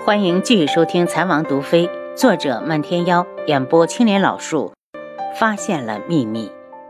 欢迎继续收听《残王毒妃》，作者漫天妖，演播青莲老树。发现了秘密。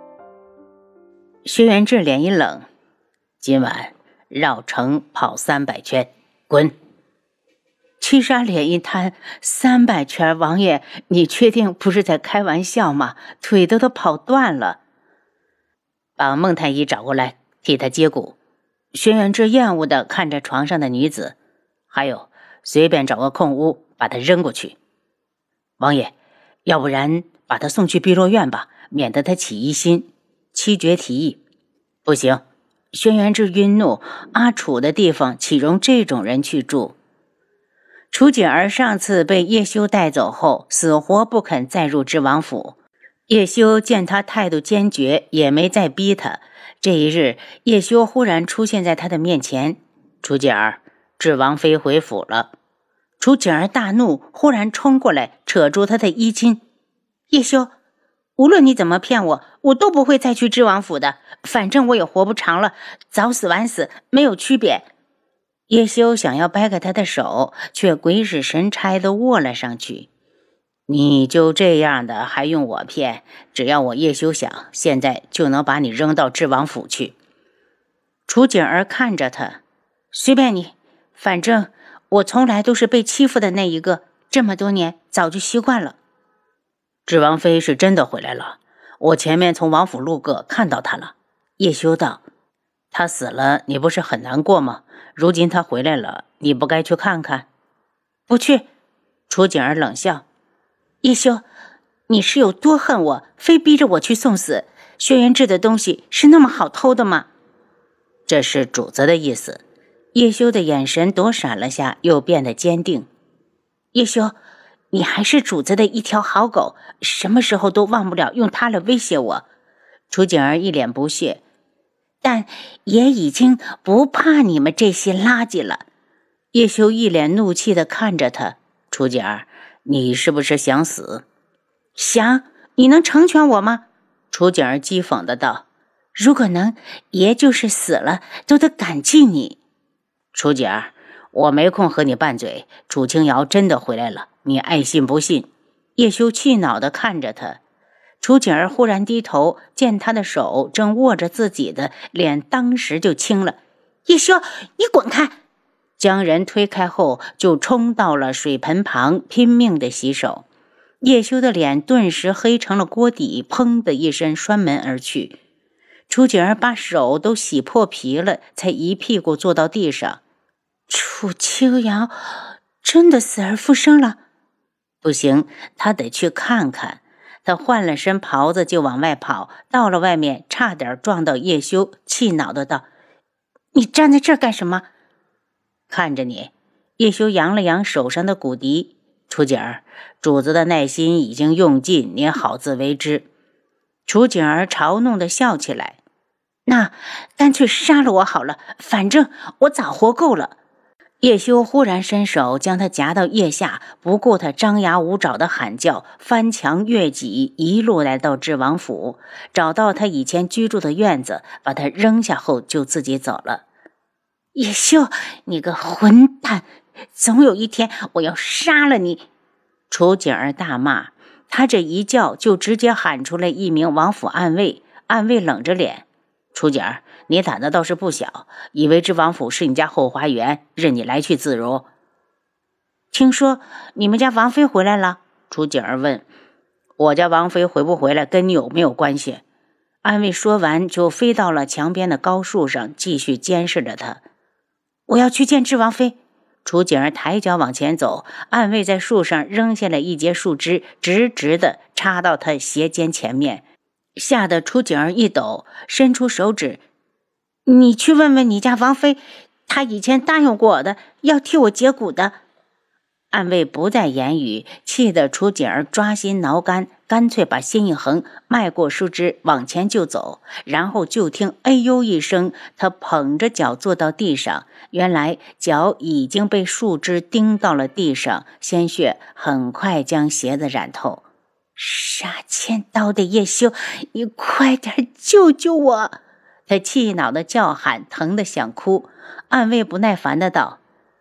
薛元志脸一冷，今晚绕城跑300圈，滚！七杀脸一瘫，300圈，王爷，你确定不是在开玩笑吗？腿都跑断了。把孟太医找过来，替他接骨。薛元志厌恶地看着床上的女子，还有随便找个空屋把他扔过去。王爷，要不然把他送去碧落院吧，免得他起疑心。七绝提议。不行，轩辕志晕怒，阿楚的地方岂容这种人去住？楚景儿上次被叶修带走后，死活不肯再入知王府。叶修见他态度坚决，也没再逼他。这一日，叶修忽然出现在他的面前。楚景儿，智王妃回府了。楚景儿大怒，忽然冲过来，扯住他的衣襟。叶修，无论你怎么骗我，我都不会再去知王府的，反正我也活不长了，早死晚死没有区别。叶修想要掰开他的手，却鬼使神差地握了上去。你就这样的还用我骗？只要我叶修想，现在就能把你扔到知王府去。楚景儿看着他，随便你，反正我从来都是被欺负的那一个，这么多年早就习惯了。智王妃是真的回来了，我前面从王府路过看到她了。叶修道，她死了你不是很难过吗？如今她回来了，你不该去看看？不去。楚景儿冷笑，叶修，你是有多恨我，非逼着我去送死？轩辕志的东西是那么好偷的吗？这是主子的意思。叶修的眼神躲闪了下，又变得坚定。叶修，你还是主子的一条好狗，什么时候都忘不了用它来威胁我。楚景儿一脸不屑，但也已经不怕你们这些垃圾了。叶修一脸怒气地看着他，楚景儿，你是不是想死？想？你能成全我吗？楚景儿讥讽的道，如果能，爷就是死了都得感激你。楚景儿，我没空和你拌嘴，楚清瑶真的回来了，你爱信不信？叶修气恼地看着他。楚景儿忽然低头，见他的手正握着自己的，脸当时就青了。叶修，你滚开！将人推开后，就冲到了水盆旁，拼命地洗手。叶修的脸顿时黑成了锅底，砰的一声摔门而去。楚景儿把手都洗破皮了，才一屁股坐到地上。楚清瑶真的死而复生了？不行，他得去看看。他换了身袍子就往外跑，到了外面差点撞到叶修，气恼的道，你站在这儿干什么？看着你。叶修扬了扬手上的骨笛，楚景儿，主子的耐心已经用尽，你好自为之。楚景儿嘲弄地笑起来，那干脆杀了我好了，反正我早活够了。叶修忽然伸手将他夹到腋下，不顾他张牙舞爪的喊叫，翻墙越脊，一路来到知王府，找到他以前居住的院子，把他扔下后就自己走了。叶修，你个混蛋，总有一天我要杀了你！楚景儿大骂，他这一叫就直接喊出来一名王府暗卫。暗卫冷着脸，楚景儿，你胆子倒是不小，以为知王府是你家后花园，任你来去自如。听说你们家王妃回来了？楚景儿问。我家王妃回不回来跟你有没有关系？暗卫说完就飞到了墙边的高树上，继续监视着他。我要去见知王妃。楚景儿抬脚往前走，暗卫在树上扔下了一截树枝，直直地插到他鞋尖前面，吓得楚景儿一抖，伸出手指，你去问问你家王妃，她以前答应过我的，要替我解骨的。暗卫不再言语，气得楚景儿抓心挠肝，干脆把心一横，迈过树枝往前就走。然后就听哎呦一声，他捧着脚坐到地上，原来脚已经被树枝钉到了地上，鲜血很快将鞋子染透。杀千刀的叶修，你快点救救我！他气恼的叫喊，疼得想哭。暗卫不耐烦的道，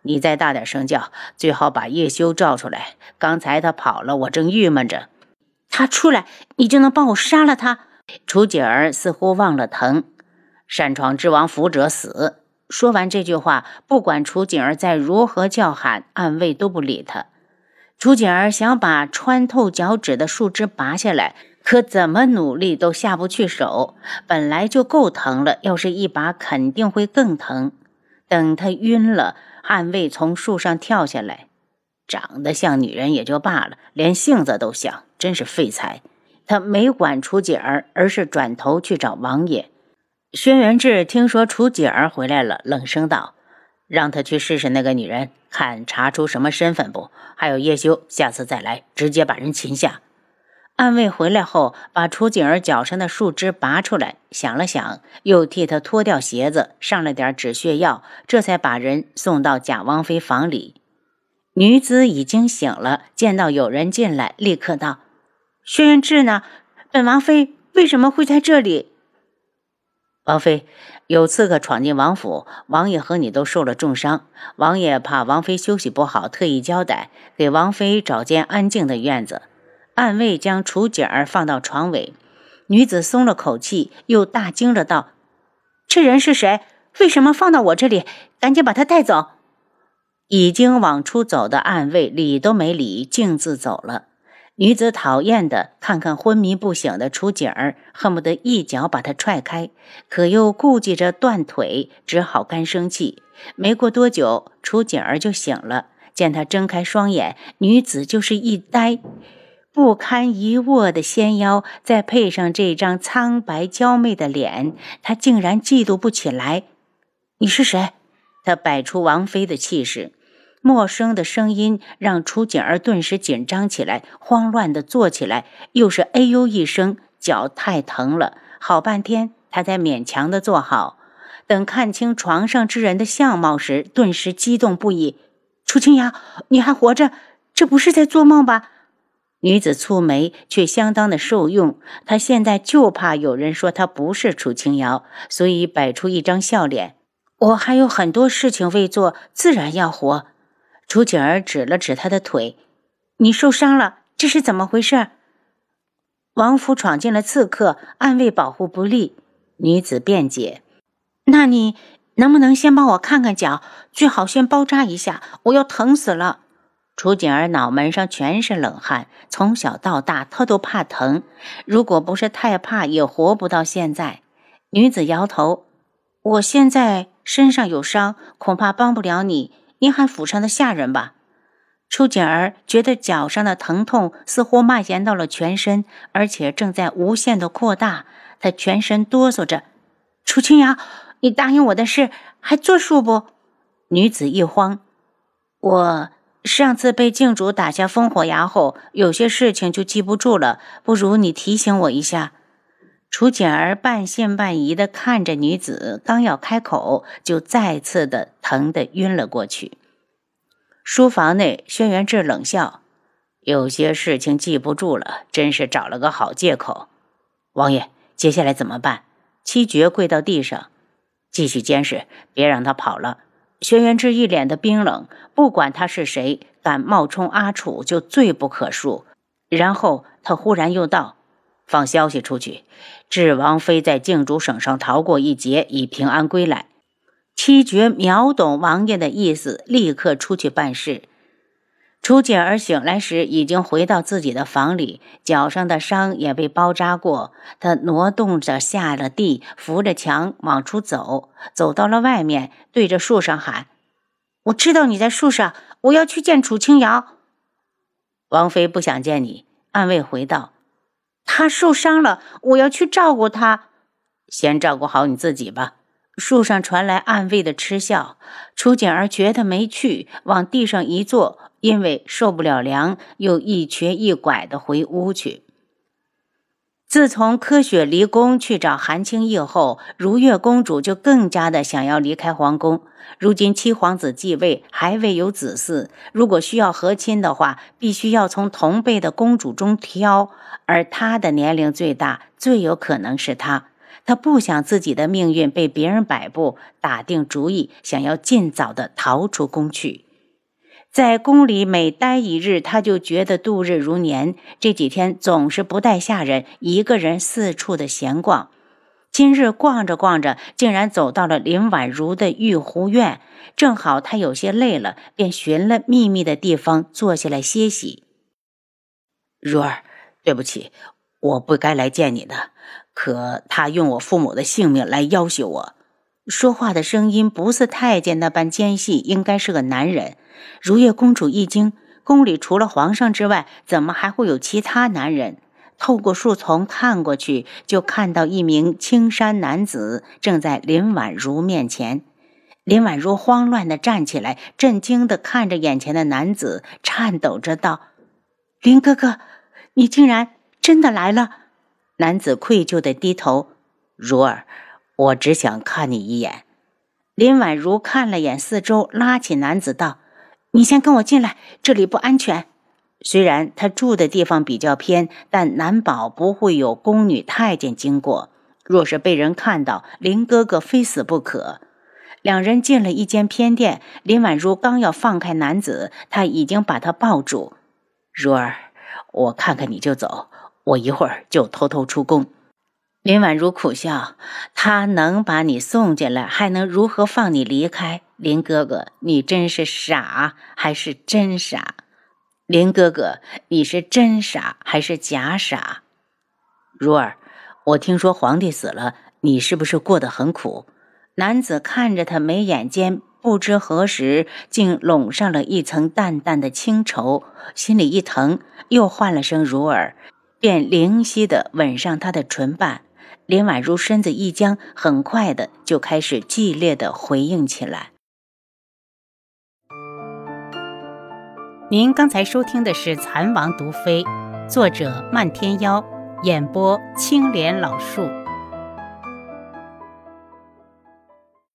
你再大点声叫，最好把叶修召出来。刚才他跑了，我正郁闷着。 他出来，你就能帮我杀了他。 楚景儿似乎忘了疼。擅闯之王福者死。说完这句话，不管楚景儿再如何叫喊，暗卫都不理他。楚景儿想把穿透脚趾的树枝拔下来，可怎么努力都下不去手，本来就够疼了，要是一拔肯定会更疼。等他晕了，暗卫从树上跳下来，长得像女人也就罢了，连性子都像，真是废材。他没管楚景儿，而是转头去找王爷。轩辕志听说楚景儿回来了，冷声道：“让他去试试那个女人，看查出什么身份不？还有叶修，下次再来，直接把人擒下。”暗卫回来后，把楚景儿脚上的树枝拔出来，想了想，又替他脱掉鞋子，上了点止血药，这才把人送到贾王妃房里。女子已经醒了，见到有人进来，立刻道：“ 轩辕志呢？本王妃为什么会在这里？” 王妃，有刺客闯进王府，王爷和你都受了重伤。王爷怕王妃休息不好，特意交代给王妃找间安静的院子。暗卫将楚景儿放到床尾，女子松了口气，又大惊着道：“ 这人是谁？为什么放到我这里？赶紧把他带走！” 已经往出走的暗卫理都没理，径自走了。女子讨厌的看看昏迷不醒的楚景儿，恨不得一脚把他踹开，可又顾忌着断腿，只好干生气。没过多久，楚景儿就醒了，见他睁开双眼，女子就是一呆。不堪一握的纤腰，再配上这张苍白娇媚的脸，她竟然嫉妒不起来。“你是谁？”她摆出王妃的气势。陌生的声音让楚景儿顿时紧张起来，慌乱地坐起来，又是哎呦一声，脚太疼了。好半天，她才勉强地坐好。等看清床上之人的相貌时，顿时激动不已。“楚清瑶，你还活着？这不是在做梦吧？”女子蹙眉，却相当的受用。她现在就怕有人说她不是楚清瑶，所以摆出一张笑脸。“我还有很多事情未做，自然要活。”楚景儿指了指她的腿：“你受伤了，这是怎么回事？”“王府闯进了刺客，暗卫保护不力。”女子辩解。“那你能不能先帮我看看脚？最好先包扎一下，我要疼死了。”楚景儿脑门上全是冷汗，从小到大她都怕疼，如果不是太怕，也活不到现在。女子摇头：“我现在身上有伤，恐怕帮不了你。您喊府上的下人吧。”楚景儿觉得脚上的疼痛似乎蔓延到了全身，而且正在无限的扩大。她全身哆嗦着：“楚清瑶，你答应我的事还作数不？”女子一慌：“我上次被靖主打下烽火崖后，有些事情就记不住了，不如你提醒我一下。”楚景儿半信半疑地看着女子，刚要开口，就再次的疼得晕了过去。书房内，轩辕志冷笑：“有些事情记不住了，真是找了个好借口。王爷，接下来怎么办？”七绝跪到地上：“继续监视，别让他跑了。”轩辕志一脸的冰冷，不管他是谁，敢冒充阿楚就罪不可恕。然后他忽然又道：“放消息出去，智王妃在靖主省上逃过一劫，已平安归来。”七绝秒懂王爷的意思，立刻出去办事。楚景儿醒来时已经回到自己的房里，脚上的伤也被包扎过。他挪动着下了地，扶着墙往出走，走到了外面，对着树上喊：“我知道你在树上，我要去见楚清瑶。”“王妃不想见你。”暗卫回道。“他受伤了，我要去照顾他。”“先照顾好你自己吧。”树上传来暗卫的嗤笑。楚景儿觉得没趣，往地上一坐，因为受不了凉，又一瘸一拐地回屋去。自从柯雪离宫去找韩青义后，如月公主就更加的想要离开皇宫。如今七皇子继位，还未有子嗣，如果需要和亲的话，必须要从同辈的公主中挑，而她的年龄最大，最有可能是她。 他不想自己的命运被别人摆布，打定主意想要尽早的逃出宫去。在宫里每待一日，他就觉得度日如年。这几天总是不带下人，一个人四处的闲逛。今日逛着逛着，竟然走到了林婉如的御湖院，正好他有些累了，便寻了秘密的地方坐下来歇息。 如儿，对不起，我不该来见你的，可他用我父母的性命来要挟我。 说话的声音不似太监那般尖细，应该是个男人。如月公主一惊，宫里除了皇上之外，怎么还会有其他男人？透过树丛看过去，就看到一名青衫男子正在林婉如面前。林婉如慌乱地站起来，震惊地看着眼前的男子，颤抖着道：“林哥哥，你竟然真的来了！”男子愧疚地低头：“ 如儿，我只想看你一眼。” 林婉如看了眼四周，拉起男子道：“你先跟我进来，这里不安全。”虽然他住的地方比较偏，但难保不会有宫女太监经过。若是被人看到，林哥哥非死不可。两人进了一间偏殿，林婉如刚要放开男子，他已经把他抱住。 “如儿，我看看你就走，我一会儿就偷偷出宫。” 林婉如苦笑，他能把你送进来，还能如何放你离开？林哥哥，你真是傻，还是真傻？林哥哥，你是真傻还是假傻？ 如儿，我听说皇帝死了，你是不是过得很苦？ 男子看着他眉眼间不知何时竟笼上了一层淡淡的清愁，心里一疼，又唤了声如儿，便灵犀地吻上他的唇瓣。林婉如身子一僵，很快的就开始激烈的回应起来。 您刚才收听的是《蚕王毒妃》，作者漫天妖，演播青莲老树。